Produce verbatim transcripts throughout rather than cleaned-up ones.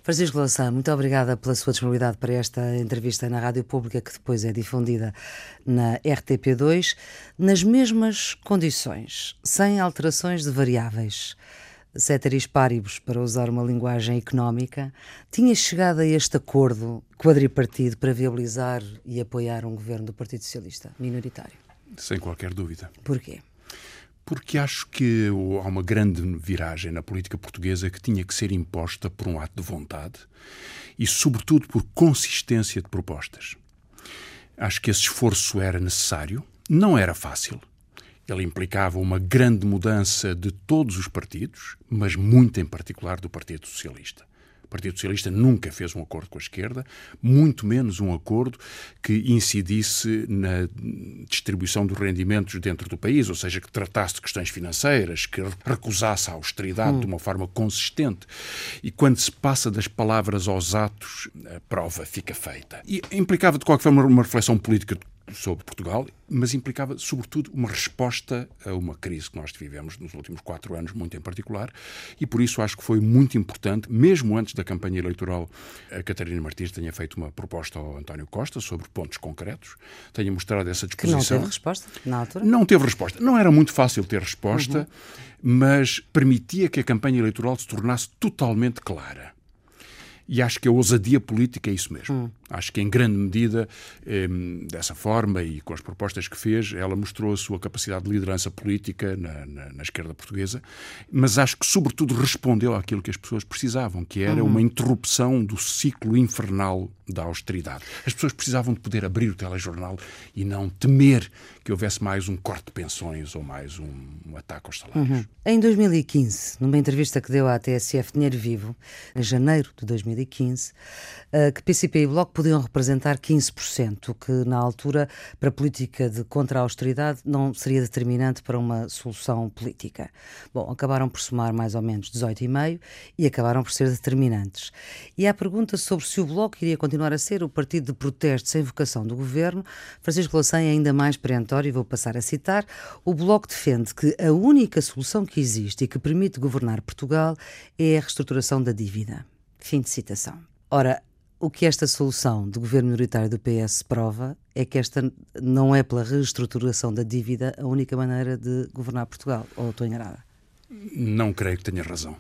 Francisco Louçã, muito obrigada pela sua disponibilidade para esta entrevista na Rádio Pública, que depois é difundida na R T P dois, nas mesmas condições, sem alterações de variáveis. Ceteris paribus, para usar uma linguagem económica, tinha chegado a este acordo quadripartido para viabilizar e apoiar um governo do Partido Socialista minoritário? Sem qualquer dúvida. Porquê? Porque acho que há uma grande viragem na política portuguesa que tinha que ser imposta por um ato de vontade e, sobretudo, por consistência de propostas. Acho que esse esforço era necessário, não era fácil. Ele implicava uma grande mudança de todos os partidos, mas muito em particular do Partido Socialista. O Partido Socialista nunca fez um acordo com a esquerda, muito menos um acordo que incidisse na distribuição dos rendimentos dentro do país, ou seja, que tratasse de questões financeiras, que recusasse a austeridade hum. de uma forma consistente. E quando se passa das palavras aos atos, a prova fica feita. E implicava, de qualquer forma, uma reflexão política sobre Portugal, mas implicava, sobretudo, uma resposta a uma crise que nós vivemos nos últimos quatro anos, muito em particular, e por isso acho que foi muito importante, mesmo antes da campanha eleitoral, a Catarina Martins tenha feito uma proposta ao António Costa sobre pontos concretos, tenha mostrado essa disposição. Que não teve resposta, na altura? Não teve resposta. Não era muito fácil ter resposta, uhum. mas permitia que a campanha eleitoral se tornasse totalmente clara. E acho que a ousadia política é isso mesmo. Hum. Acho que, em grande medida, eh, dessa forma e com as propostas que fez, ela mostrou a sua capacidade de liderança política na, na, na esquerda portuguesa, mas acho que, sobretudo, respondeu àquilo que as pessoas precisavam, que era uhum. uma interrupção do ciclo infernal da austeridade. As pessoas precisavam de poder abrir o telejornal e não temer que houvesse mais um corte de pensões ou mais um, um ataque aos salários. Uhum. Em dois mil e quinze, numa entrevista que deu à T S F Dinheiro Vivo, em janeiro de dois mil e quinze, que P C P e Bloco podiam representar quinze por cento, o que na altura, para a política de contra-austeridade, não seria determinante para uma solução política. Bom, acabaram por somar mais ou menos dezoito vírgula cinco por cento e acabaram por ser determinantes. E à pergunta sobre se o Bloco iria continuar a ser o partido de protesto sem vocação do governo, Francisco Louçã é ainda mais perentório, e vou passar a citar: o Bloco defende que a única solução que existe e que permite governar Portugal é a reestruturação da dívida. Fim de citação. Ora, o que esta solução do governo minoritário do P S prova é que esta não é pela reestruturação da dívida a única maneira de governar Portugal. Ou estou enganada? Não creio que tenha razão.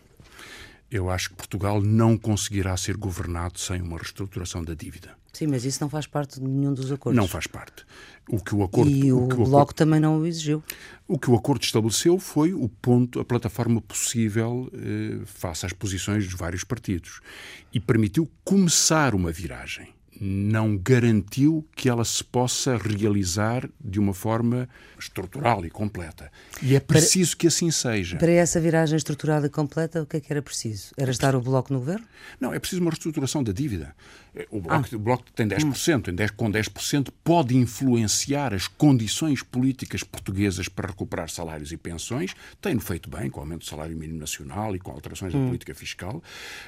Eu acho que Portugal não conseguirá ser governado sem uma reestruturação da dívida. Sim, mas isso não faz parte de nenhum dos acordos. Não faz parte. O que o acordo, e o, o, que o Bloco acordo, também não o exigiu. O que o acordo estabeleceu foi o ponto, a plataforma possível eh, face às posições dos vários partidos. E permitiu começar uma viragem. Não garantiu que ela se possa realizar de uma forma estrutural e completa. E é preciso para, que assim seja. Para essa viragem estruturada e completa, o que é que era preciso? Era estar o Bloco no governo? Não, é preciso uma reestruturação da dívida. O Bloco, ah. o bloco tem dez por cento. Hum. Com dez por cento pode influenciar as condições políticas portuguesas para recuperar salários e pensões. Tem-no feito bem, com o aumento do salário mínimo nacional e com alterações hum. da política fiscal.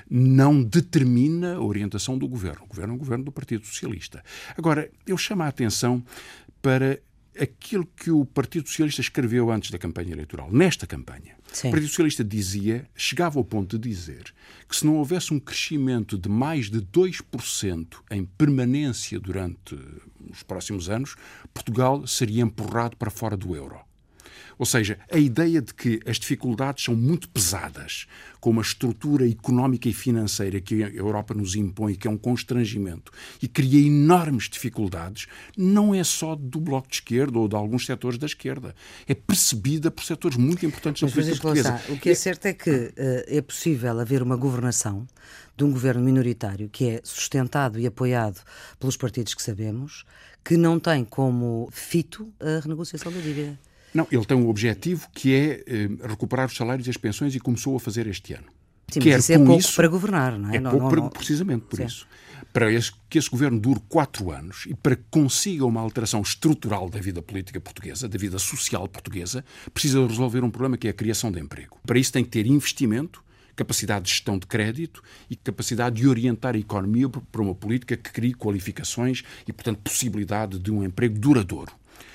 Não determina a orientação do governo. O governo é um governo do Partido Socialista. Agora, eu chamo a atenção para aquilo que o Partido Socialista escreveu antes da campanha eleitoral. Nesta campanha, Sim. o Partido Socialista dizia, chegava ao ponto de dizer que se não houvesse um crescimento de mais de dois por cento em permanência durante os próximos anos, Portugal seria empurrado para fora do euro. Ou seja, a ideia de que as dificuldades são muito pesadas, com uma estrutura económica e financeira que a Europa nos impõe, que é um constrangimento, e cria enormes dificuldades, não é só do Bloco de Esquerda ou de alguns setores da esquerda. É percebida por setores muito importantes da política portuguesa. Louçã, o que é certo é que uh, é possível haver uma governação de um governo minoritário que é sustentado e apoiado pelos partidos que sabemos, que não tem como fito a renegociação da dívida. Não, ele tem um objetivo que é eh, recuperar os salários e as pensões e começou a fazer este ano. Sim, mas isso é pouco isso, para governar, não é? É não, pouco não, para, não. precisamente por Sim. isso. Para esse, que esse governo dure quatro anos e para que consiga uma alteração estrutural da vida política portuguesa, da vida social portuguesa, precisa resolver um problema que é a criação de emprego. Para isso tem que ter investimento, capacidade de gestão de crédito e capacidade de orientar a economia para uma política que crie qualificações e, portanto, possibilidade de um emprego duradouro.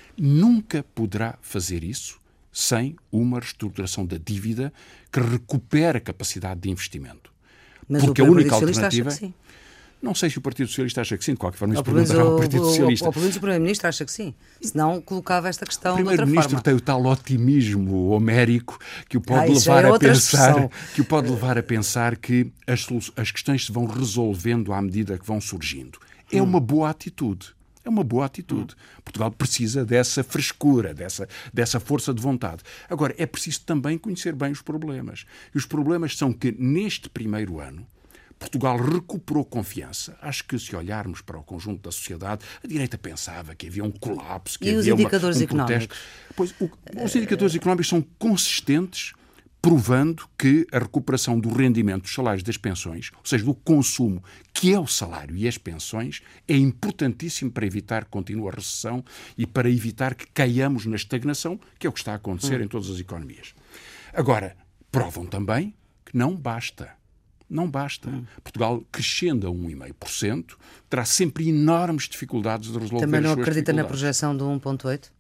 Nunca poderá fazer isso sem uma reestruturação da dívida que recupere a capacidade de investimento. Mas porque o a única Partido Socialista alternativa... acha que sim. Não sei se o Partido Socialista acha que sim, de qualquer forma, isso Ou pelo menos perguntará ao o, Partido o, Socialista. ou pelo menos o Primeiro-Ministro acha que sim. Senão colocava esta questão O de outra Primeiro-Ministro forma. tem o tal otimismo homérico que o pode Ah, isso já levar é a outra pensar expressão. que o pode levar a pensar que as, solu- as questões se vão resolvendo à medida que vão surgindo. É Hum. uma boa atitude. É uma boa atitude. Hum. Portugal precisa dessa frescura, dessa, dessa força de vontade. Agora, é preciso também conhecer bem os problemas. E os problemas são que, neste primeiro ano, Portugal recuperou confiança. Acho que, se olharmos para o conjunto da sociedade, a direita pensava que havia um colapso, que E os havia indicadores uma, um económicos? protesto. Pois, o, os indicadores económicos são consistentes, provando que a recuperação do rendimento dos salários das pensões, ou seja, do consumo, que é o salário e as pensões, é importantíssimo para evitar que continue a recessão e para evitar que caiamos na estagnação, que é o que está a acontecer hum. em todas as economias. Agora, provam também que não basta. Não basta. Hum. Portugal, crescendo a um vírgula cinco por cento, terá sempre enormes dificuldades de resolver as suas Também não acredita dificuldades. na projeção do um vírgula oito?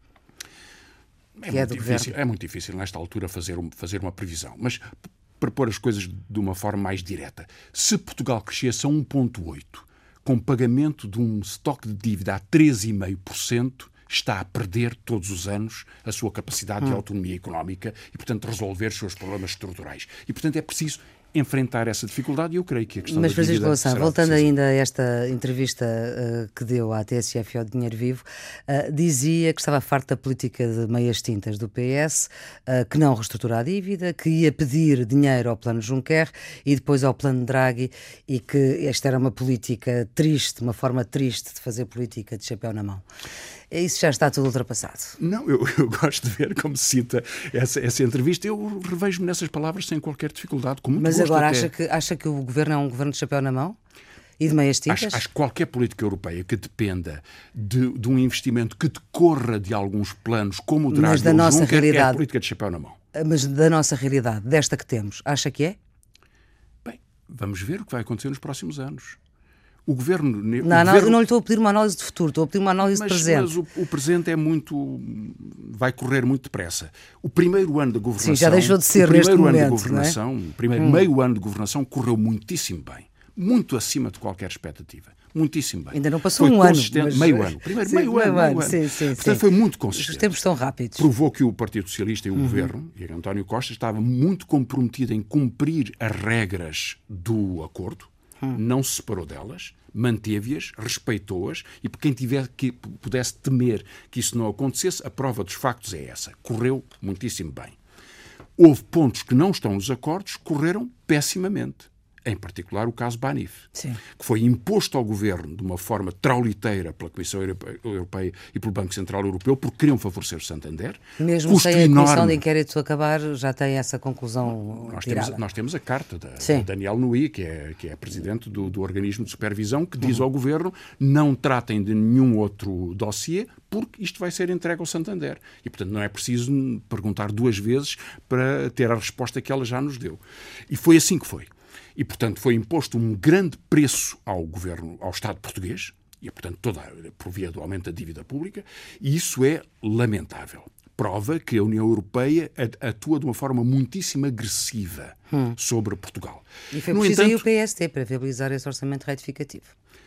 É muito, é, difícil, é muito difícil, nesta altura, fazer, um, fazer uma previsão. Mas, para pôr as coisas de uma forma mais direta, se Portugal crescesse a um vírgula oito, com pagamento de um estoque de dívida a treze vírgula cinco por cento, está a perder todos os anos a sua capacidade hum. de autonomia económica e, portanto, resolver os seus problemas estruturais. E, portanto, é preciso enfrentar essa dificuldade e eu creio que a questão Mas, da dívida Francisco Louçã, voltando decisiva. ainda a esta entrevista uh, que deu à T S F e ao Dinheiro Vivo, uh, dizia que estava farto da política de meias tintas do P S, uh, que não reestrutura a dívida, que ia pedir dinheiro ao plano Juncker e depois ao plano Draghi e que esta era uma política triste, uma forma triste de fazer política de chapéu na mão. Isso já está tudo ultrapassado. Não, eu, eu gosto de ver como cita essa, essa entrevista. Eu revejo-me nessas palavras sem qualquer dificuldade. Com muito Mas gosto agora até. acha que, acha que o governo é um governo de chapéu na mão? E de meias tintas? Acho, acho que qualquer política europeia que dependa de, de um investimento que decorra de alguns planos, como o Draghi ou o Juncker, realidade, é a política de chapéu na mão. Mas da nossa realidade, desta que temos, acha que é? Bem, vamos ver o que vai acontecer nos próximos anos. O governo... Não, o não, governo... eu não lhe estou a pedir uma análise de futuro, estou a pedir uma análise mas, de presente. Mas o, o presente é muito... vai correr muito depressa. O primeiro ano da governação... Sim, já deixou de ser o primeiro neste ano momento, de governação, não é? O primeiro hum. meio ano de governação correu muitíssimo bem. Muito acima de qualquer expectativa. Muitíssimo bem. Ainda não passou foi um ano. Mas... Meio ano. Primeiro sim, meio, meio ano. Meio ano. Sim, sim, Portanto, sim. foi muito consistente. Os tempos estão rápidos. Provou que o Partido Socialista e o uhum. Governo, e António Costa, estava muito comprometido em cumprir as regras do acordo, hum. não se separou delas, manteve-as, respeitou-as, e por quem tiver que pudesse temer que isso não acontecesse, a prova dos factos é essa. Correu muitíssimo bem. Houve pontos que não estão nos acordos, correram pessimamente. Em particular o caso Banif, Sim. que foi imposto ao Governo de uma forma trauliteira pela Comissão Europeia e pelo Banco Central Europeu, porque queriam favorecer o Santander. Mesmo sem a enorme. Comissão de inquérito acabar, já tem essa conclusão nós tirada. Temos, nós temos a carta da, da Daniel Nui, que é, que é presidente do, do organismo de supervisão, que diz uhum. ao Governo: não tratem de nenhum outro dossiê, porque isto vai ser entregue ao Santander. E, portanto, não é preciso perguntar duas vezes para ter a resposta que ela já nos deu. E foi assim que foi. E, portanto, foi imposto um grande preço ao governo, ao Estado português, e, portanto, toda por via do aumento da dívida pública, e isso é lamentável. Prova que a União Europeia atua de uma forma muitíssimo agressiva hum. sobre Portugal. E foi no preciso entanto, aí o P S D para viabilizar esse orçamento retificativo.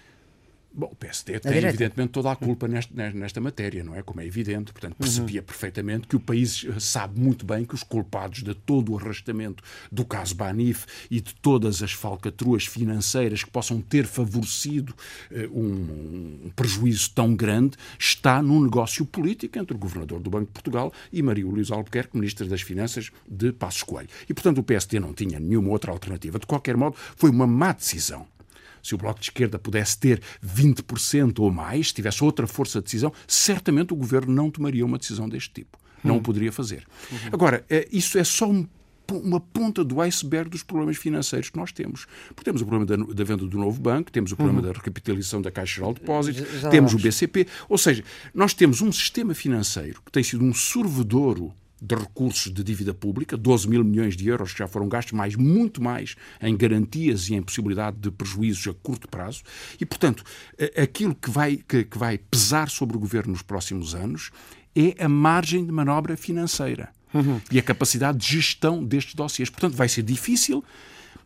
Bom, o P S D tem, evidentemente, toda a culpa nesta, nesta matéria, não é? Como é evidente. Portanto, percebia uhum. perfeitamente que o país sabe muito bem que os culpados de todo o arrastamento do caso Banif e de todas as falcatruas financeiras que possam ter favorecido uh, um, um prejuízo tão grande está num negócio político entre o governador do Banco de Portugal e Maria Luísa Albuquerque, ministra das Finanças de Passos Coelho. E, portanto, o P S D não tinha nenhuma outra alternativa. De qualquer modo, foi uma má decisão. Se o Bloco de Esquerda pudesse ter vinte por cento ou mais, se tivesse outra força de decisão, certamente o Governo não tomaria uma decisão deste tipo. Não hum. o poderia fazer. Uhum. Agora, isso é só um, uma ponta do iceberg dos problemas financeiros que nós temos. Porque temos o problema da, da venda do novo banco, temos o problema uhum. da recapitalização da Caixa Geral de Depósitos, já, já temos vamos. o B C P. Ou seja, nós temos um sistema financeiro que tem sido um sorvedouro de recursos de dívida pública, doze mil milhões de euros que já foram gastos, mais, muito mais em garantias e em possibilidade de prejuízos a curto prazo. E, portanto, aquilo que vai, que, que vai pesar sobre o Governo nos próximos anos é a margem de manobra financeira uhum. e a capacidade de gestão destes dossiês. Portanto, vai ser difícil.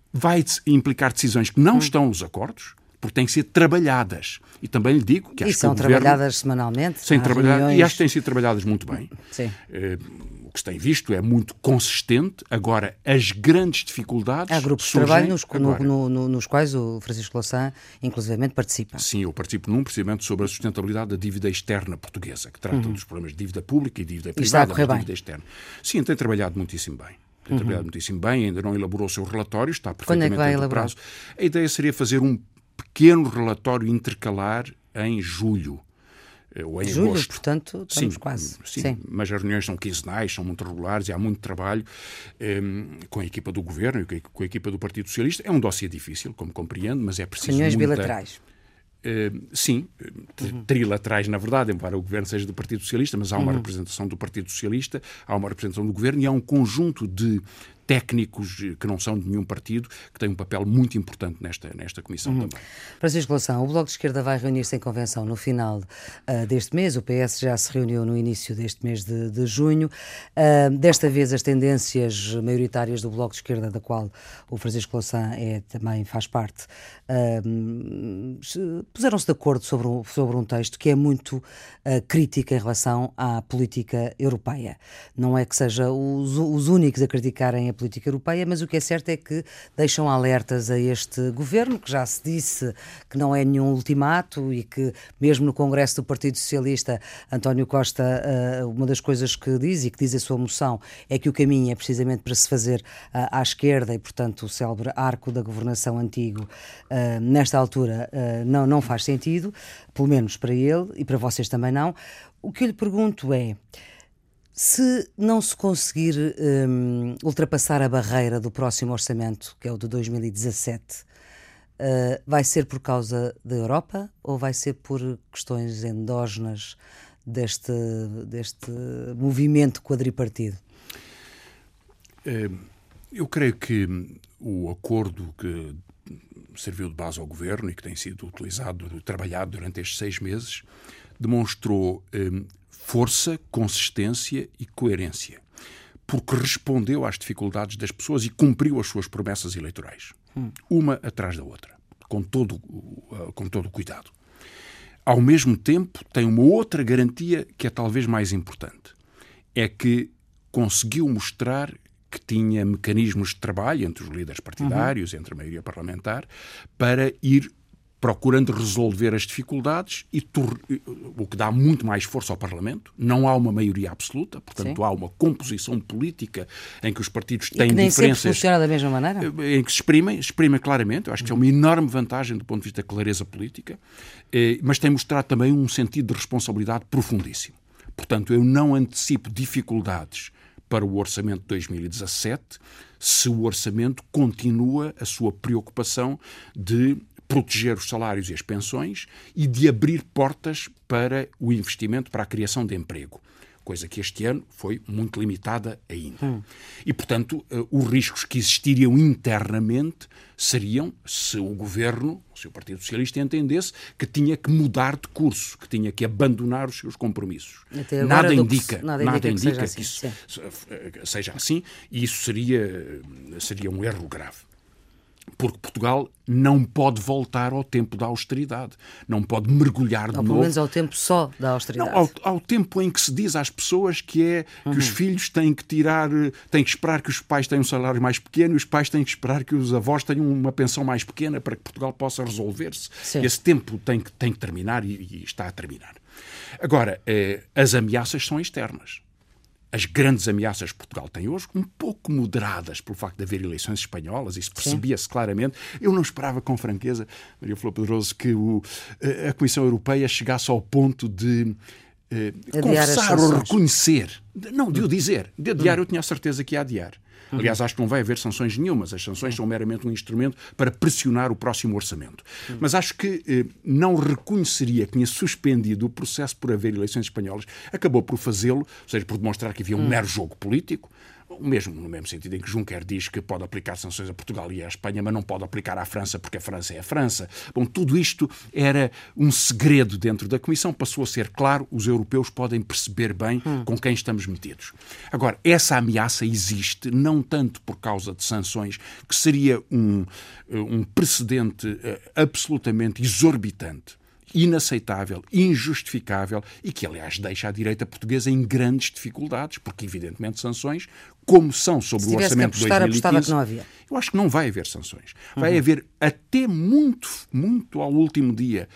vai implicar decisões que não hum. estão nos acordos, porque têm que ser trabalhadas. E também lhe digo que acho e são que o governo, trabalhadas semanalmente? Sem trabalhar, reuniões... E acho que têm sido trabalhadas muito bem. Sim. Uh, o que se tem visto é muito consistente. Agora, as grandes dificuldades... Há grupos de trabalho nos, no, no, no, nos quais o Francisco Louçã, inclusivamente, participa. Sim, eu participo num precisamente sobre a sustentabilidade da dívida externa portuguesa, que trata uhum. dos problemas de dívida pública e dívida privada, está a correr mas bem. dívida externa. Sim, tem trabalhado muitíssimo bem. Tem uhum. trabalhado muitíssimo bem, ainda não elaborou o seu relatório, está perfeitamente Quando é que vai dentro do elaborar? prazo. A ideia seria fazer um pequeno relatório intercalar em julho. Ou em julho, agosto. portanto, estamos sim, quase. Sim, sim, mas as reuniões são quinzenais, são muito regulares e há muito trabalho um, com a equipa do Governo e com a equipa do Partido Socialista. É um dossiê difícil, como compreendo, mas é preciso reuniões muita... bilaterais. Uh, sim, uhum. trilaterais, na verdade, embora o Governo seja do Partido Socialista, mas há uma uhum. representação do Partido Socialista, há uma representação do Governo e há um conjunto de técnicos que não são de nenhum partido, que têm um papel muito importante nesta, nesta comissão uhum. também. Francisco Louçã, o Bloco de Esquerda vai reunir-se em convenção no final uh, deste mês, o P S já se reuniu no início deste mês de, de junho. Uh, desta vez as tendências maioritárias do Bloco de Esquerda, da qual o Francisco Louçã é, também faz parte, uh, puseram-se de acordo sobre um, sobre um texto que é muito uh, crítico em relação à política europeia. Não é que seja os, os únicos a criticarem a política europeia, mas o que é certo é que deixam alertas a este governo, que já se disse que não é nenhum ultimato e que mesmo no Congresso do Partido Socialista, António Costa, uma das coisas que diz e que diz a sua moção é que o caminho é precisamente para se fazer à esquerda e, portanto, o célebre arco da governação antigo, nesta altura, não, não faz sentido, pelo menos para ele e para vocês também não. O que eu lhe pergunto é: se não se conseguir um, ultrapassar a barreira do próximo orçamento, que é o de dois mil e dezassete, uh, vai ser por causa da Europa ou vai ser por questões endógenas deste, deste movimento quadripartido? Eu creio que o acordo que serviu de base ao Governo e que tem sido utilizado, trabalhado durante estes seis meses, demonstrou um, força, consistência e coerência, porque respondeu às dificuldades das pessoas e cumpriu as suas promessas eleitorais, hum. uma atrás da outra, com todo, com todo o cuidado. Ao mesmo tempo, tem uma outra garantia que é talvez mais importante, é que conseguiu mostrar que tinha mecanismos de trabalho entre os líderes partidários, uhum. entre a maioria parlamentar, para ir procurando resolver as dificuldades, e o que dá muito mais força ao Parlamento. Não há uma maioria absoluta, portanto Sim. há uma composição política em que os partidos têm e que nem diferenças... sempre funciona da mesma maneira? Em que se exprimem, exprimem claramente. Eu acho que é uma enorme vantagem do ponto de vista da clareza política, mas tem mostrado também um sentido de responsabilidade profundíssimo. Portanto, eu não antecipo dificuldades para o orçamento de dois mil e dezassete se o orçamento continua a sua preocupação de proteger os salários e as pensões e de abrir portas para o investimento, para a criação de emprego. Coisa que este ano foi muito limitada ainda. Hum. E, portanto, uh, os riscos que existiriam internamente seriam se o Governo, se o Partido Socialista entendesse que tinha que mudar de curso, que tinha que abandonar os seus compromissos. Nada indica, que, nada nada indica, indica que, que seja, isso assim, seja assim, e isso seria, seria um erro grave. Porque Portugal não pode voltar ao tempo da austeridade. Não pode mergulhar de Ou novo... pelo menos ao tempo só da austeridade. Não, ao, ao tempo em que se diz às pessoas que é que uhum. os filhos têm que tirar... têm que esperar que os pais tenham um salário mais pequeno e os pais têm que esperar que os avós tenham uma pensão mais pequena para que Portugal possa resolver-se. Sim. Esse tempo tem que, tem que terminar e, e está a terminar. Agora, eh, as ameaças são externas. As grandes ameaças que Portugal tem hoje, um pouco moderadas pelo facto de haver eleições espanholas, isso percebia-se claramente. Eu não esperava com franqueza, Maria Flor Pedroso, que o, a Comissão Europeia chegasse ao ponto de eh, confessar ou reconhecer, não, de o dizer, de adiar eu tinha a certeza que ia adiar. Aliás, acho que não vai haver sanções nenhumas. As sanções são meramente um instrumento para pressionar o próximo orçamento. Mas acho que eh, não reconheceria que tinha suspendido o processo por haver eleições espanholas. Acabou por fazê-lo, ou seja, por demonstrar que havia um mero jogo político. mesmo no mesmo sentido em que Juncker diz que pode aplicar sanções a Portugal e à Espanha, mas não pode aplicar à França porque a França é a França. Bom, tudo isto era um segredo dentro da Comissão, passou a ser claro, os europeus podem perceber bem hum. com quem estamos metidos. Agora, essa ameaça existe, não tanto por causa de sanções, que seria um, um precedente absolutamente exorbitante, inaceitável, injustificável e que, aliás, deixa a direita portuguesa em grandes dificuldades, porque, evidentemente, sanções, como são sobre o orçamento de dois mil e quinze, que não havia. Eu acho que não vai haver sanções. Vai uhum. haver, até muito, muito ao último dia,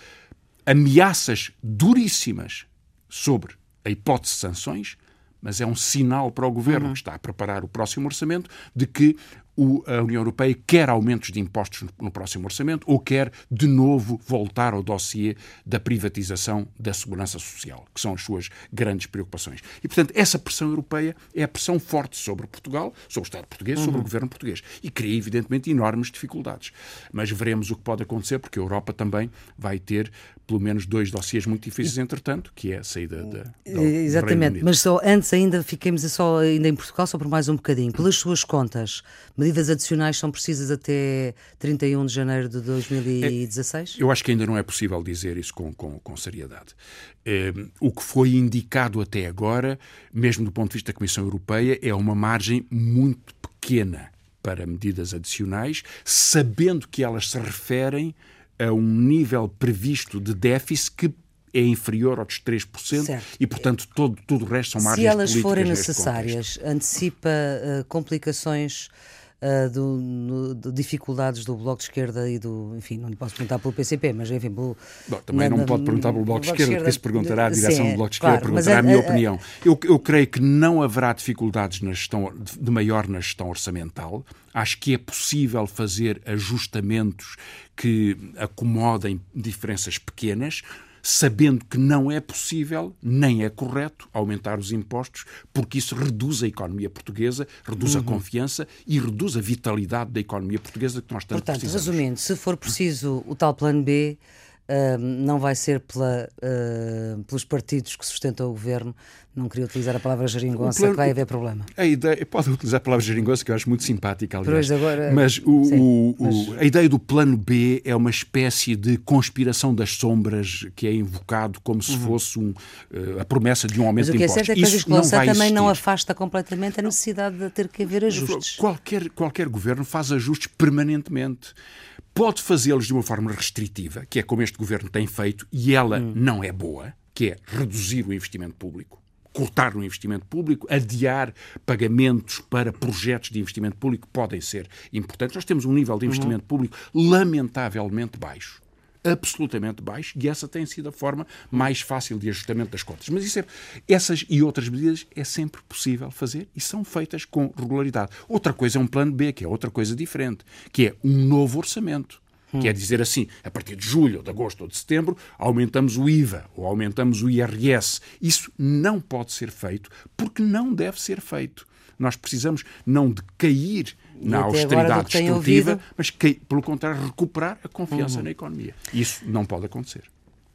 ameaças duríssimas sobre a hipótese de sanções, mas é um sinal para o Governo, uhum. que está a preparar o próximo orçamento, de que o, a União Europeia quer aumentos de impostos no, no próximo orçamento ou quer, de novo, voltar ao dossiê da privatização da segurança social, que são as suas grandes preocupações. E, portanto, essa pressão europeia é a pressão forte sobre Portugal, sobre o Estado português, uhum. sobre o Governo português. E cria, evidentemente, enormes dificuldades. Mas veremos o que pode acontecer, porque a Europa também vai ter pelo menos dois dossiês muito difíceis, entretanto, que é a saída da, da, Exatamente, mas só antes ainda fiquemos só ainda em Portugal, só por mais um bocadinho. Pelas suas contas, medidas adicionais são precisas até trinta e um de janeiro de dois mil e dezasseis? É, eu acho que ainda não é possível dizer isso com, com, com seriedade. É, o que foi indicado até agora, mesmo do ponto de vista da Comissão Europeia, é uma margem muito pequena para medidas adicionais, sabendo que elas se referem a um nível previsto de déficit que é inferior aos três por cento certo. E, portanto, todo, tudo o resto são margens políticas. Se elas forem necessárias, antecipa uh, complicações uh, do, no, de dificuldades do Bloco de Esquerda e do... Enfim, não lhe posso perguntar pelo P C P, mas enfim... Pelo, Bom, também na, não me pode perguntar pelo Bloco de Esquerda, porque se perguntará à direção sim, do Bloco de Esquerda, claro, perguntará a, a minha a, opinião. Eu, eu creio que não haverá dificuldades na gestão, de maior na gestão orçamental. Acho que é possível fazer ajustamentos que acomodem diferenças pequenas, sabendo que não é possível, nem é correto, aumentar os impostos, porque isso reduz a economia portuguesa, reduz uhum. a confiança e reduz a vitalidade da economia portuguesa que nós tanto Portanto, precisamos. resumindo, se for preciso o tal plano B, uh, não vai ser pela, uh, pelos partidos que sustentam o governo, não queria utilizar a palavra geringonça, plano, que vai haver problema. A ideia, pode utilizar a palavra geringonça, que eu acho muito simpática, aliás. Agora, mas, o, sim, o, mas o, a ideia do plano B é uma espécie de conspiração das sombras que é invocado como se uhum. fosse um, uh, a promessa de um aumento de impostos. Mas o que é certo é que a Isso legislação também existir. Não afasta completamente a necessidade de ter que haver ajustes. Qualquer, qualquer governo faz ajustes permanentemente. Pode fazê-los de uma forma restritiva, que é como este governo tem feito, e ela hum. não é boa, que é reduzir o investimento público, cortar no investimento público, adiar pagamentos para projetos de investimento público que podem ser importantes. Nós temos um nível de investimento uhum. público lamentavelmente baixo. Absolutamente baixo, e essa tem sido a forma mais fácil de ajustamento das contas. Mas isso é, essas e outras medidas é sempre possível fazer e são feitas com regularidade. Outra coisa é um plano B, que é outra coisa diferente, que é um novo orçamento. Hum. Quer dizer assim, a partir de julho, ou de agosto ou de setembro, aumentamos o I V A ou aumentamos o I R S. Isso não pode ser feito porque não deve ser feito. Nós precisamos não de cair na austeridade destrutiva, mas, que, pelo contrário, recuperar a confiança uhum. na economia. Isso não pode acontecer.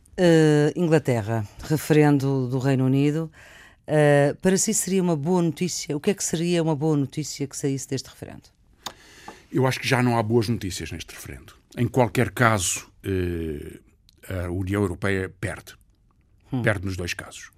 Uh, Inglaterra, referendo do Reino Unido, uh, para si seria uma boa notícia? O que é que seria uma boa notícia que saísse deste referendo? Eu acho que já não há boas notícias neste referendo. Em qualquer caso, uh, a União Europeia perde. Hum. Perde nos dois casos.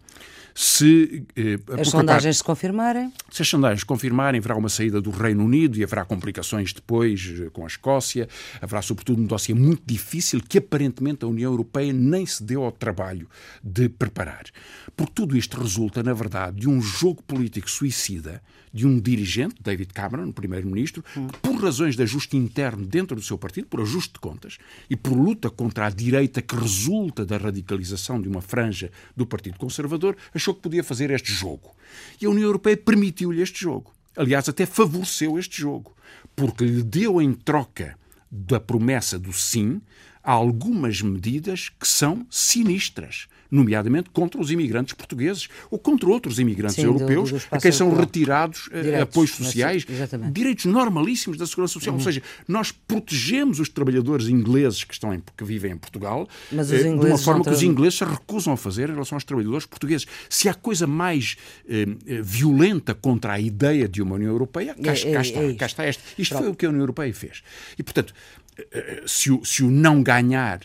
Se, eh, as sondagens parte, se confirmarem? Se as sondagens se confirmarem, haverá uma saída do Reino Unido e haverá complicações depois com a Escócia. Haverá, sobretudo, um dossiê muito difícil que, aparentemente, a União Europeia nem se deu ao trabalho de preparar. Porque tudo isto resulta, na verdade, de um jogo político suicida de um dirigente, David Cameron, o primeiro-ministro, hum. que, por razões de ajuste interno dentro do seu partido, por ajuste de contas e por luta contra a direita que resulta da radicalização de uma franja do Partido Conservador, achou que podia fazer este jogo. E a União Europeia permitiu-lhe este jogo. Aliás, até favoreceu este jogo, porque lhe deu em troca da promessa do sim há algumas medidas que são sinistras, nomeadamente contra os imigrantes portugueses ou contra outros imigrantes Sim, europeus, do, do a quem são retirados direitos, apoios sociais, mas, direitos normalíssimos da segurança social. Uhum. Ou seja, nós protegemos os trabalhadores ingleses que, estão em, que vivem em Portugal mas eh, os de uma forma tra... que os ingleses se recusam a fazer em relação aos trabalhadores portugueses. Se há coisa mais eh, violenta contra a ideia de uma União Europeia, cá, é, cá, é, está, é cá está esta. Isto Pronto. Foi o que a União Europeia fez. E, portanto, se o, se o não ganhar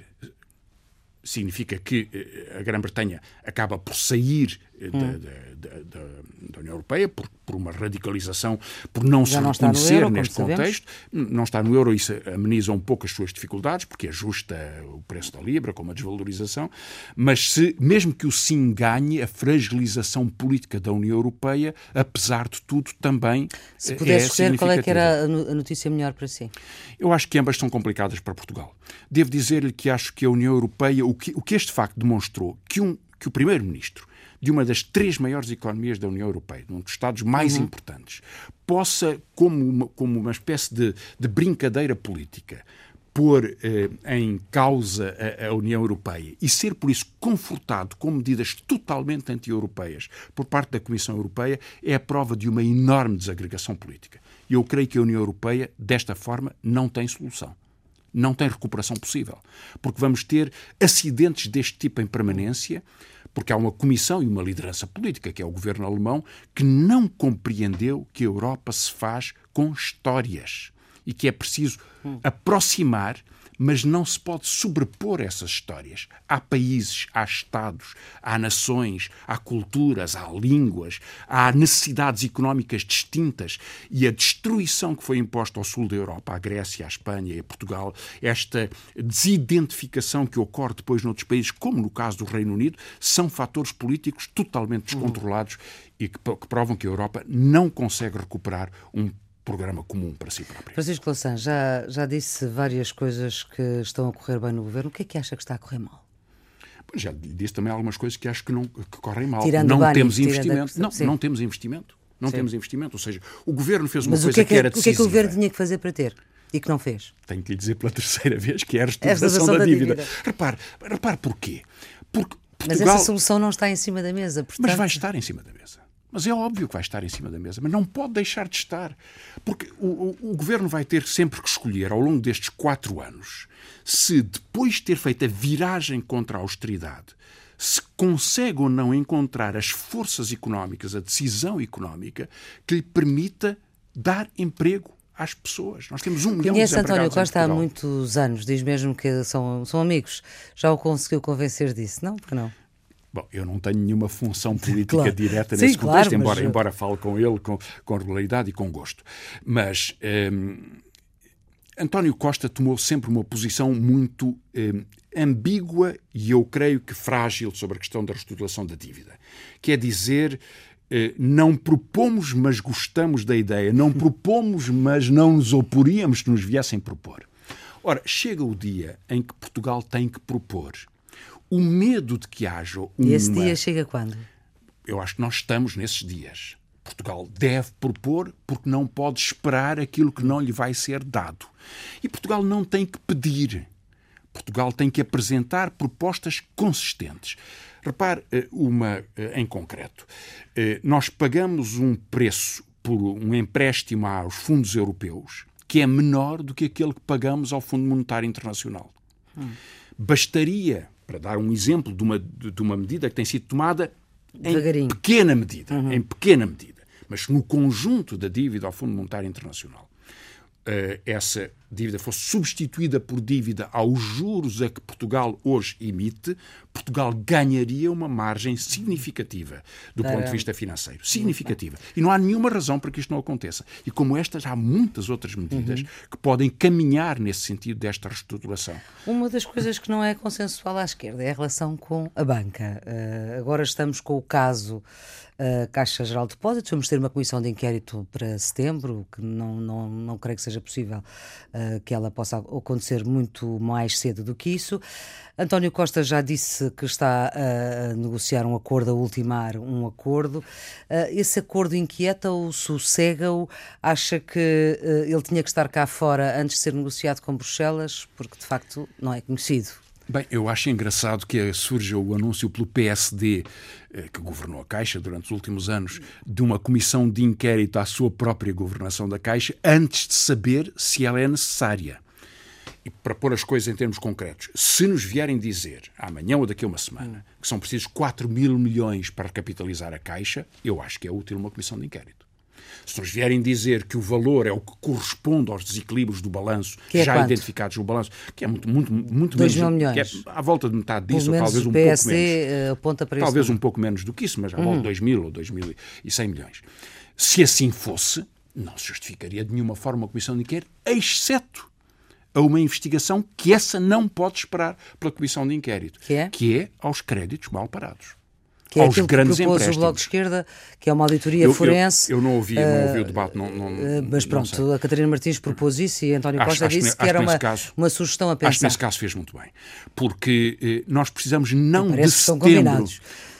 significa que a Grã-Bretanha acaba por sair hum. da, da, da, da União Europeia por, por uma radicalização, por não Já se não reconhecer euro, neste contexto. Sabemos. Não está no euro, isso ameniza um pouco as suas dificuldades, porque ajusta o preço da libra com uma desvalorização, mas se, mesmo que o sim ganhe, a fragilização política da União Europeia, apesar de tudo, também se é pudesse escolher, qual é que era a notícia melhor para si? Eu acho que ambas são complicadas para Portugal. Devo dizer-lhe que acho que a União Europeia, o que, o que este facto demonstrou, que, um, que o primeiro-ministro de uma das três maiores economias da União Europeia, de um dos Estados mais uhum. importantes, possa, como uma, como uma espécie de, de brincadeira política, pôr eh, em causa a, a União Europeia e ser, por isso, confortado com medidas totalmente anti-europeias por parte da Comissão Europeia, é a prova de uma enorme desagregação política. E eu creio que a União Europeia, desta forma, não tem solução. Não tem recuperação possível. Porque vamos ter acidentes deste tipo em permanência, porque há uma comissão e uma liderança política, que é o governo alemão, que não compreendeu que a Europa se faz com histórias e que é preciso hum. aproximar, mas não se pode sobrepor essas histórias. Há países, há Estados, há nações, há culturas, há línguas, há necessidades económicas distintas e a destruição que foi imposta ao sul da Europa, à Grécia, à Espanha e a Portugal, esta desidentificação que ocorre depois noutros países, como no caso do Reino Unido, são fatores políticos totalmente descontrolados uhum. e que, que provam que a Europa não consegue recuperar um programa comum para si próprio. Francisco Louçã, já, já disse várias coisas que estão a correr bem no governo. O que é que acha que está a correr mal? Pois já disse também algumas coisas que acho que, não, que correm mal. Tirando não o Bani, temos investimento. A... Não, não temos investimento. Não sim. temos investimento. Ou seja, o governo fez uma Mas coisa o que, é que, que era decisiva. O que é que o governo tinha que fazer para ter? E que não fez? Tenho que lhe dizer pela terceira vez que é a reestruturação da, da dívida. dívida. Repare, repare porquê. Porque Portugal... Mas essa solução não está em cima da mesa. Portanto... Mas vai estar em cima da mesa. Mas é óbvio que vai estar em cima da mesa, mas não pode deixar de estar. Porque o, o, o governo vai ter sempre que escolher, ao longo destes quatro anos, se depois de ter feito a viragem contra a austeridade, se consegue ou não encontrar as forças económicas, a decisão económica, que lhe permita dar emprego às pessoas. Nós temos um milhão de desempregados António Costa há muitos anos, diz mesmo que são, são amigos. Já o conseguiu convencer disso, não? Porque não? Bom, eu não tenho nenhuma função política claro. direta nesse Sim, contexto, claro, embora, mas... embora fale com ele com, com regularidade e com gosto. Mas hum, António Costa tomou sempre uma posição muito hum, ambígua e eu creio que frágil sobre a questão da reestruturação da dívida. Que é dizer, eh, não propomos, mas gostamos da ideia. Não propomos, mas não nos oporíamos se nos viessem propor. Ora, chega o dia em que Portugal tem que propor. O medo de que haja uma... E esse dia chega quando? Eu acho que nós estamos nesses dias. Portugal deve propor porque não pode esperar aquilo que não lhe vai ser dado. E Portugal não tem que pedir. Portugal tem que apresentar propostas consistentes. Repare uma em concreto. Nós pagamos um preço por um empréstimo aos fundos europeus que é menor do que aquele que pagamos ao Fundo Monetário Internacional. Hum. Bastaria... para dar um exemplo de uma, de uma medida que tem sido tomada em pequena medida, uhum. em pequena medida, mas no conjunto da dívida ao Fundo Monetário Internacional, uh, essa dívida fosse substituída por dívida aos juros a que Portugal hoje emite, Portugal ganharia uma margem significativa do é. ponto de vista financeiro. Significativa. E não há nenhuma razão para que isto não aconteça. E como estas, há muitas outras medidas uhum. que podem caminhar nesse sentido desta reestruturação. Uma das coisas que não é consensual à esquerda é a relação com a banca. Uh, agora estamos com o caso uh, Caixa Geral de Depósitos. Vamos ter uma comissão de inquérito para setembro, que não, não, não creio que seja possível uh, que ela possa acontecer muito mais cedo do que isso. António Costa já disse que está a negociar um acordo, a ultimar um acordo. Esse acordo inquieta-o, sossega-o? Acha que ele tinha que estar cá fora antes de ser negociado com Bruxelas? Porque, de facto, não é conhecido. Bem, eu acho engraçado que surja o anúncio pelo P S D, que governou a Caixa durante os últimos anos, de uma comissão de inquérito à sua própria governação da Caixa, antes de saber se ela é necessária. E para pôr as coisas em termos concretos, se nos vierem dizer, amanhã ou daqui a uma semana, que são precisos quatro mil milhões para recapitalizar a Caixa, eu acho que é útil uma comissão de inquérito. Se nos vierem dizer que o valor é o que corresponde aos desequilíbrios do balanço, é já quanto? Identificados no balanço, que é muito, muito, muito dois menos... mil milhões. Que é à volta de metade disso, ou menos talvez um o pouco P S D menos. aponta para talvez isso. um pouco menos do que isso, mas à volta de dois mil ou dois mil e cem milhões. Se assim fosse, não se justificaria de nenhuma forma uma comissão de inquérito, exceto a uma investigação que essa não pode esperar pela comissão de inquérito, que é, que é aos créditos mal parados. Que é aos aquilo grandes que propôs empréstimos. o Bloco de Esquerda, que é uma auditoria eu, forense. Eu, eu não ouvi, uh, não ouvi o debate. Não, não, uh, mas pronto, não a Catarina Martins propôs isso e António acho, Costa acho disse que, que era que uma, caso, uma sugestão a pensar. Acho que nesse caso fez muito bem. Porque eh, nós precisamos não Parece de que estão setembro... combinados.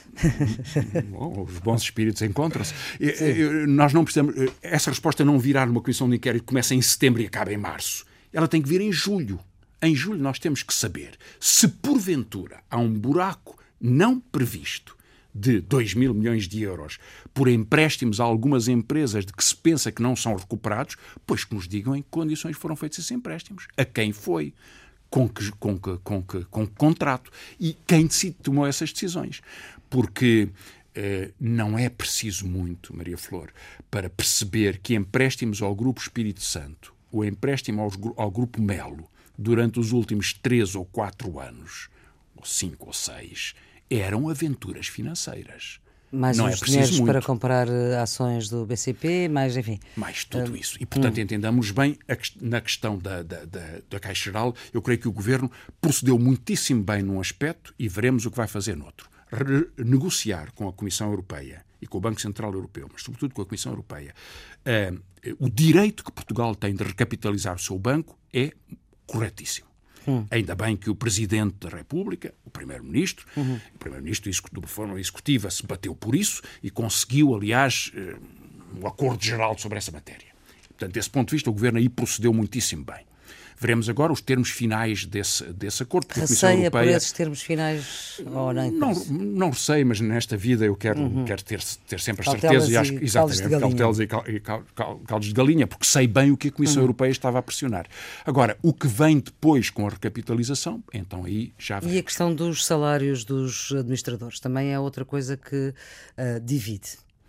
Os bons espíritos encontram-se. Nós não precisamos... Essa resposta não virá numa comissão de inquérito que começa em setembro e acaba em março. Ela tem que vir em julho. Em julho nós temos que saber se porventura há um buraco não previsto de dois mil milhões de euros por empréstimos a algumas empresas de que se pensa que não são recuperados, pois que nos digam em que condições foram feitos esses empréstimos, a quem foi, com que, com que, com que, com que contrato e quem decide, tomou essas decisões. Porque eh, não é preciso muito, Maria Flor, para perceber que empréstimos ao Grupo Espírito Santo, o empréstimo aos, ao Grupo Melo, durante os últimos três ou quatro anos, ou cinco ou seis, eram aventuras financeiras. Mais não os é preciso dinheiros muito. Para comprar ações do B C P, mais, enfim... Mais tudo isso. E, portanto, hum. entendamos bem, a, na questão da, da, da, da Caixa Geral, eu creio que o Governo procedeu muitíssimo bem num aspecto e veremos o que vai fazer noutro. Re- negociar com a Comissão Europeia e com o Banco Central Europeu, mas sobretudo com a Comissão Europeia, uh, o direito que Portugal tem de recapitalizar o seu banco é corretíssimo. Hum. Ainda bem que o Presidente da República, o Primeiro-Ministro, uhum. o Primeiro-Ministro de forma executiva se bateu por isso e conseguiu, aliás, um acordo geral sobre essa matéria. Portanto, desse ponto de vista, o Governo aí procedeu muitíssimo bem. Veremos agora os termos finais desse, desse acordo. Receia a Comissão Europeia, por esses termos finais? Ou nem não, não sei, mas nesta vida eu quero, uhum. quero ter, ter sempre a cautelas certeza e acho e que exatamente, cautelas e, cal, e cal, cal, caldos de galinha, porque sei bem o que a Comissão uhum. Europeia estava a pressionar. Agora, o que vem depois com a recapitalização, então aí já vem. E a questão dos salários dos administradores também é outra coisa que uh, divide.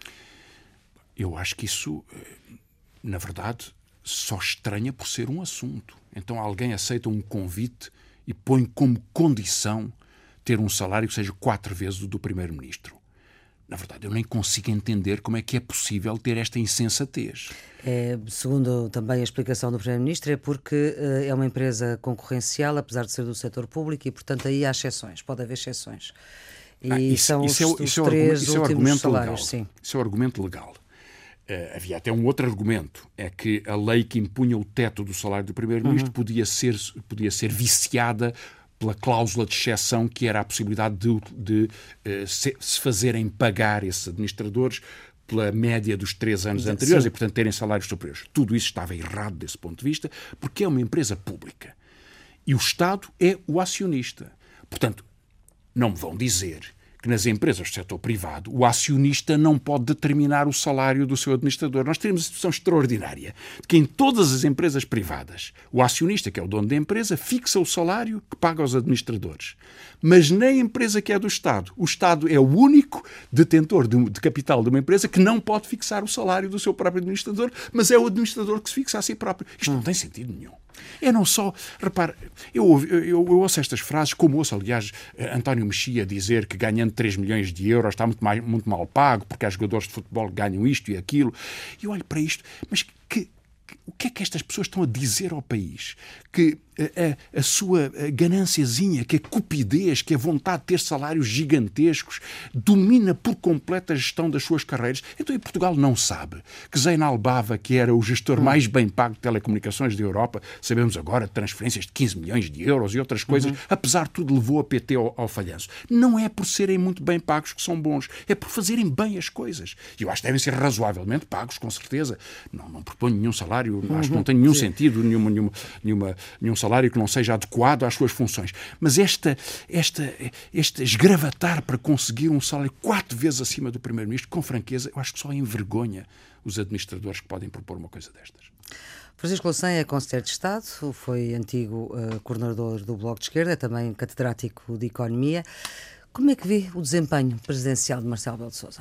Eu acho que isso, na verdade, só estranha por ser um assunto. Então alguém aceita um convite e põe como condição ter um salário que seja quatro vezes o do Primeiro-Ministro. Na verdade, eu nem consigo entender como é que é possível ter esta insensatez. É, segundo também a explicação do Primeiro-Ministro, é porque uh, é uma empresa concorrencial, apesar de ser do setor público, e, portanto, aí há exceções, pode haver exceções. E ah, isso, são isso os, é, os isso três isso últimos é salários. Legal. Sim. Isso é o argumento legal. Uh, havia até um outro argumento, é que a lei que impunha o teto do salário do Primeiro-Ministro uhum. podia ser, podia ser viciada pela cláusula de exceção, que era a possibilidade de, de uh, se, se fazerem pagar esses administradores pela média dos três anos anteriores Sim. e, portanto, terem salários superiores. Tudo isso estava errado desse ponto de vista, porque é uma empresa pública. E o Estado é o acionista. Portanto, não me vão dizer que nas empresas do setor privado o acionista não pode determinar o salário do seu administrador. Nós temos uma situação extraordinária de que em todas as empresas privadas o acionista, que é o dono da empresa, fixa o salário que paga aos administradores. Mas na empresa que é do Estado, o Estado é o único detentor de, de capital de uma empresa que não pode fixar o salário do seu próprio administrador, mas é o administrador que se fixa a si próprio. Isto não tem sentido nenhum. É não só... Repare, eu, eu, eu ouço estas frases, como ouço, aliás, António Mexia dizer que ganhando três milhões de euros está muito, mais, muito mal pago, porque há jogadores de futebol que ganham isto e aquilo. E eu olho para isto, mas que, que, o que é que estas pessoas estão a dizer ao país? Que a, a sua ganânciazinha, que a cupidez, que a vontade de ter salários gigantescos, domina por completo a gestão das suas carreiras. Então, em Portugal não sabe que Zeynal Bava, que era o gestor mais bem pago de telecomunicações da Europa, sabemos agora de transferências de quinze milhões de euros e outras coisas, uhum. apesar de tudo levou a P T ao, ao falhanço. Não é por serem muito bem pagos que são bons, é por fazerem bem as coisas. E eu acho que devem ser razoavelmente pagos, com certeza. Não, não proponho nenhum salário, uhum. acho que não tem nenhum Sim. sentido, nenhuma, nenhuma, nenhuma, nenhum salário salário que não seja adequado às suas funções. Mas esta, esta, este esgravatar para conseguir um salário quatro vezes acima do Primeiro-Ministro, com franqueza, eu acho que só envergonha os administradores que podem propor uma coisa destas. Francisco Louçã é Conselheiro de Estado, foi antigo uh, coordenador do Bloco de Esquerda, é também catedrático de Economia. Como é que vê o desempenho presidencial de Marcelo Rebelo de Sousa?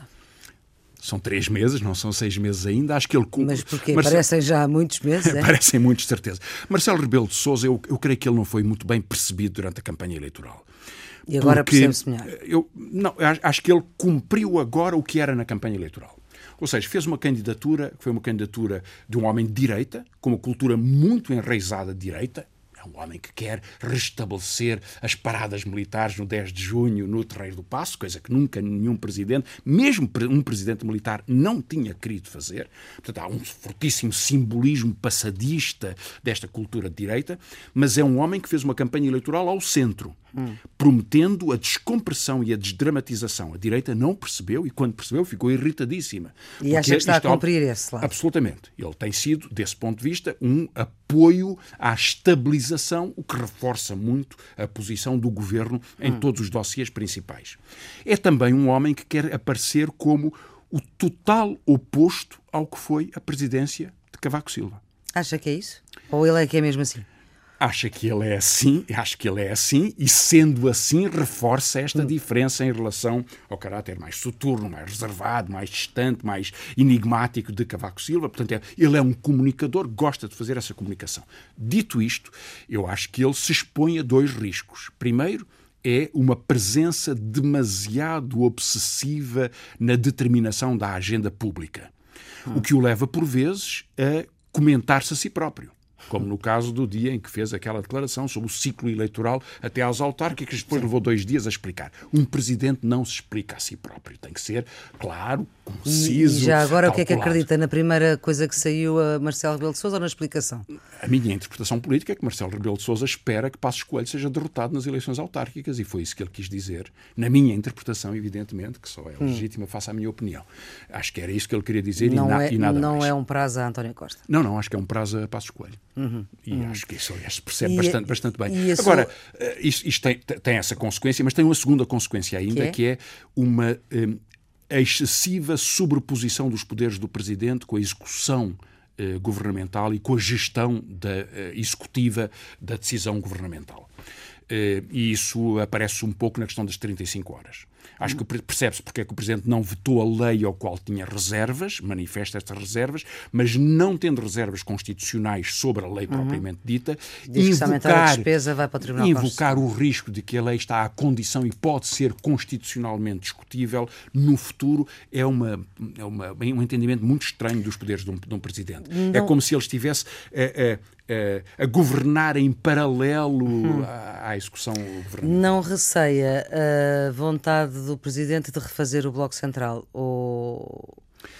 São três meses, não são seis meses ainda. Acho que ele cumpre. Mas porquê? Marcelo... Parecem já muitos meses, é? Parecem muitos, de certeza. Marcelo Rebelo de Sousa, eu, eu creio que ele não foi muito bem percebido durante a campanha eleitoral. E agora percebe-se melhor? Eu, não, acho que ele cumpriu agora o que era na campanha eleitoral. Ou seja, fez uma candidatura, que foi uma candidatura de um homem de direita, com uma cultura muito enraizada de direita. Um homem que quer restabelecer as paradas militares no dez de junho no Terreiro do Paço, coisa que nunca nenhum presidente, mesmo um presidente militar, não tinha querido fazer. Portanto, há um fortíssimo simbolismo passadista desta cultura de direita, mas é um homem que fez uma campanha eleitoral ao centro, hum. prometendo a descompressão e a desdramatização. A direita não percebeu e, quando percebeu, ficou irritadíssima. E acha que está a cumprir esse lado? Absolutamente. Ele tem sido, desse ponto de vista, um apoio à estabilização, o que reforça muito a posição do governo em hum. todos os dossiês principais. É também um homem que quer aparecer como o total oposto ao que foi a presidência de Cavaco Silva. Acha que é isso? Ou ele é que é mesmo assim? Acha que ele é assim, acho que ele é assim, e sendo assim reforça esta hum. diferença em relação ao caráter mais soturno, mais reservado, mais distante, mais enigmático de Cavaco Silva. Portanto, é, ele é um comunicador, gosta de fazer essa comunicação. Dito isto, eu acho que ele se expõe a dois riscos. Primeiro, é uma presença demasiado obsessiva na determinação da agenda pública, hum. o que o leva, por vezes, a comentar-se a si próprio. Como no caso do dia em que fez aquela declaração sobre o ciclo eleitoral até às autárquicas, depois levou dois dias a explicar. Um presidente não se explica a si próprio. Tem que ser claro, conciso, E já agora calculado. O que é que acredita? Na primeira coisa que saiu a Marcelo Rebelo de Sousa ou na explicação? A minha interpretação política é que Marcelo Rebelo de Sousa espera que Passos Coelho seja derrotado nas eleições autárquicas, e foi isso que ele quis dizer. Na minha interpretação, evidentemente, que só é legítima, hum. face à minha opinião. Acho que era isso que ele queria dizer não e, na, é, e nada não mais. Não é um prazo a António Costa? Não, não, acho que é um prazo a Passos Coelho. Uhum. E uhum. acho que isso, aliás, se percebe e, bastante, bastante bem. Agora, sua... isto, isto tem, tem essa consequência, mas tem uma segunda consequência ainda, que é, que é uma um, excessiva sobreposição dos poderes do Presidente com a execução uh, governamental e com a gestão da, uh, executiva da decisão governamental. Uh, e isso aparece um pouco na questão das trinta e cinco horas. Acho que percebe-se porque é que o Presidente não vetou a lei ao qual tinha reservas, manifesta estas reservas, mas não tendo reservas constitucionais sobre a lei uhum. propriamente dita, Diz invocar, a despesa vai para o Tribunal invocar o risco de que a lei está à condição e pode ser constitucionalmente discutível no futuro é, uma, é uma, um entendimento muito estranho dos poderes de um, de um Presidente. Não. É como se ele estivesse a, a, a governar em paralelo uhum. à, à execução governamental. Não receia a vontade do Presidente de refazer o Bloco Central? Ou...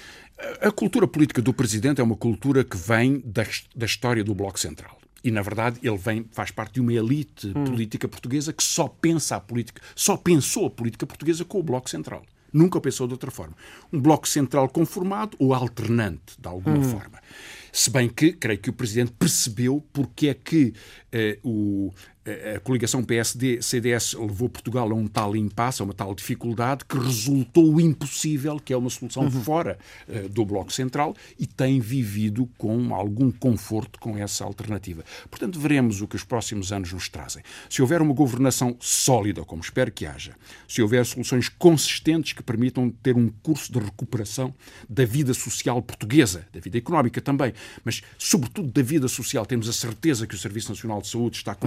A cultura política do Presidente é uma cultura que vem da, da história do Bloco Central. E, na verdade, ele vem, faz parte de uma elite hum. política portuguesa que só pensa a política, só pensou a política portuguesa com o Bloco Central. Nunca pensou de outra forma. Um Bloco Central conformado ou alternante, de alguma hum. forma. Se bem que, creio que o Presidente percebeu porque é que eh, o... a coligação P S D C D S levou Portugal a um tal impasse, a uma tal dificuldade, que resultou impossível, que é uma solução uhum. fora uh, do Bloco Central, e tem vivido com algum conforto com essa alternativa. Portanto, veremos o que os próximos anos nos trazem. Se houver uma governação sólida, como espero que haja, se houver soluções consistentes que permitam ter um curso de recuperação da vida social portuguesa, da vida económica também, mas sobretudo da vida social, temos a certeza que o Serviço Nacional de Saúde está consistente,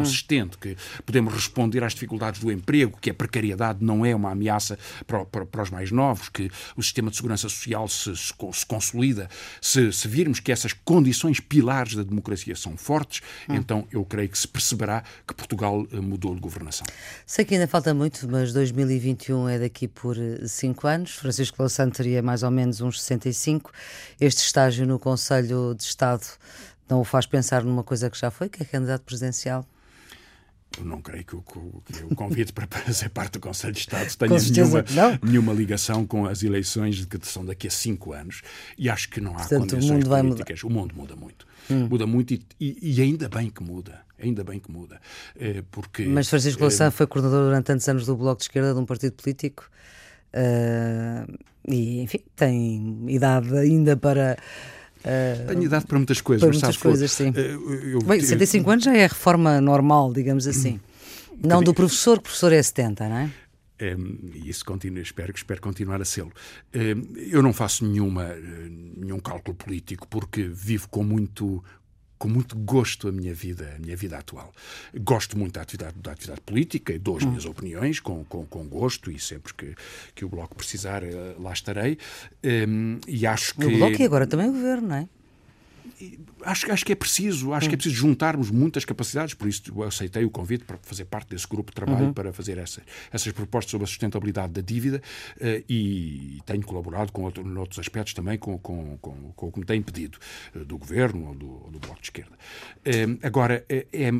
crescente, que podemos responder às dificuldades do emprego, que a precariedade não é uma ameaça para, para, para os mais novos, que o sistema de segurança social se, se, se consolida. Se, se virmos que essas condições pilares da democracia são fortes, hum. então eu creio que se perceberá que Portugal mudou de governação. Sei que ainda falta muito, mas dois mil e vinte e um é daqui por cinco anos. Francisco Louçã teria mais ou menos uns sessenta e cinco. Este estágio no Conselho de Estado não o faz pensar numa coisa que já foi, que é candidato presidencial? Eu não creio que o, que o convite para fazer parte do Conselho de Estado tenha nenhuma, nenhuma ligação com as eleições que são daqui a cinco anos. E acho que não há Portanto, condições o mundo vai políticas. Mudar. O mundo muda muito. Hum. Muda muito e, e, e ainda bem que muda. Ainda bem que muda. Porque, Mas Francisco Louçã é, foi coordenador durante tantos anos do Bloco de Esquerda, de um partido político. Uh, e, enfim, tem idade ainda para... Uh, Tenho idade para muitas coisas. Para mas muitas sabe, coisas, sim. Uh, eu, Bem, sessenta e cinco eu, anos já é a reforma normal, digamos assim. Não do professor, que o professor é setenta, não é? E isso continua, espero, espero continuar a sê-lo. Eu não faço nenhuma, nenhum cálculo político, porque vivo com muito... com muito gosto a minha vida, a minha vida atual. Gosto muito da atividade, da atividade política e dou as minhas opiniões com, com, com gosto, e sempre que, que o Bloco precisar, lá estarei. Um, e acho que... O Bloco e agora também o Governo, não é? Acho, acho que é preciso, acho hum. que é preciso juntarmos muitas capacidades, por isso eu aceitei o convite para fazer parte desse grupo de trabalho, uhum. para fazer essa, essas propostas sobre a sustentabilidade da dívida, uh, e tenho colaborado com outro, em outros aspectos também com, com, com, com o que me têm pedido, uh, do Governo ou do, ou do Bloco de Esquerda. Uh, agora, uh, é,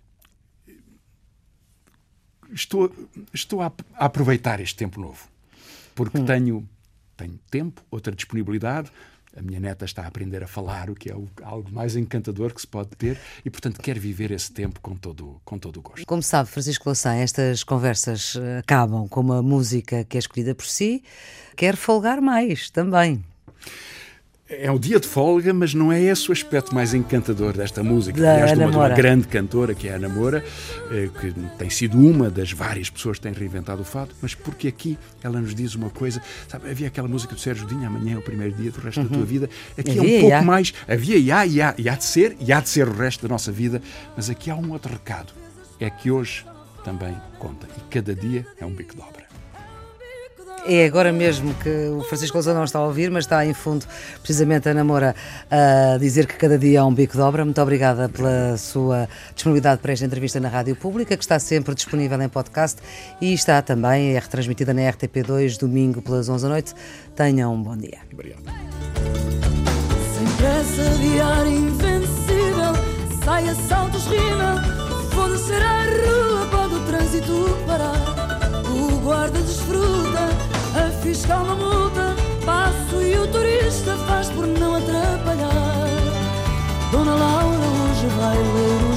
estou, estou a, a aproveitar este tempo novo, porque hum. tenho, tenho tempo, outra disponibilidade. A minha neta está a aprender a falar, o que é algo mais encantador que se pode ter, e, portanto, quero viver esse tempo com todo, com todo o gosto. Como sabe, Francisco Louçã, estas conversas acabam com uma música que é escolhida por si. Quer folgar mais também. É um dia de folga, mas não é esse o aspecto mais encantador desta música. Aliás, de uma, de uma grande cantora, que é a Ana Moura, que tem sido uma das várias pessoas que têm reinventado o fado, mas porque aqui ela nos diz uma coisa. Sabe, havia aquela música do Sérgio Godinho, amanhã é o primeiro dia do resto uhum. da tua vida. Aqui havia, é um pouco há. mais. Havia e há, e há, e há de ser, e há de ser o resto da nossa vida, mas aqui há um outro recado. É que hoje também conta, e cada dia é um bico de obra. É agora mesmo que o Francisco Louçã não está a ouvir, mas está em fundo precisamente a Ana Moura a dizer que cada dia é um bico de obra. Muito obrigada pela sua disponibilidade para esta entrevista na Rádio Pública, que está sempre disponível em podcast e está também, é retransmitida na R T P dois, domingo pelas onze da noite. Tenham um bom dia. Obrigado. Sem pressa, diário invencível, saia, saltos, rima, vou descer à rua, pode o trânsito parar. O guarda desfruta, a fiscal não multa, passo e o turista faz por não atrapalhar. Dona Laura hoje vai ler o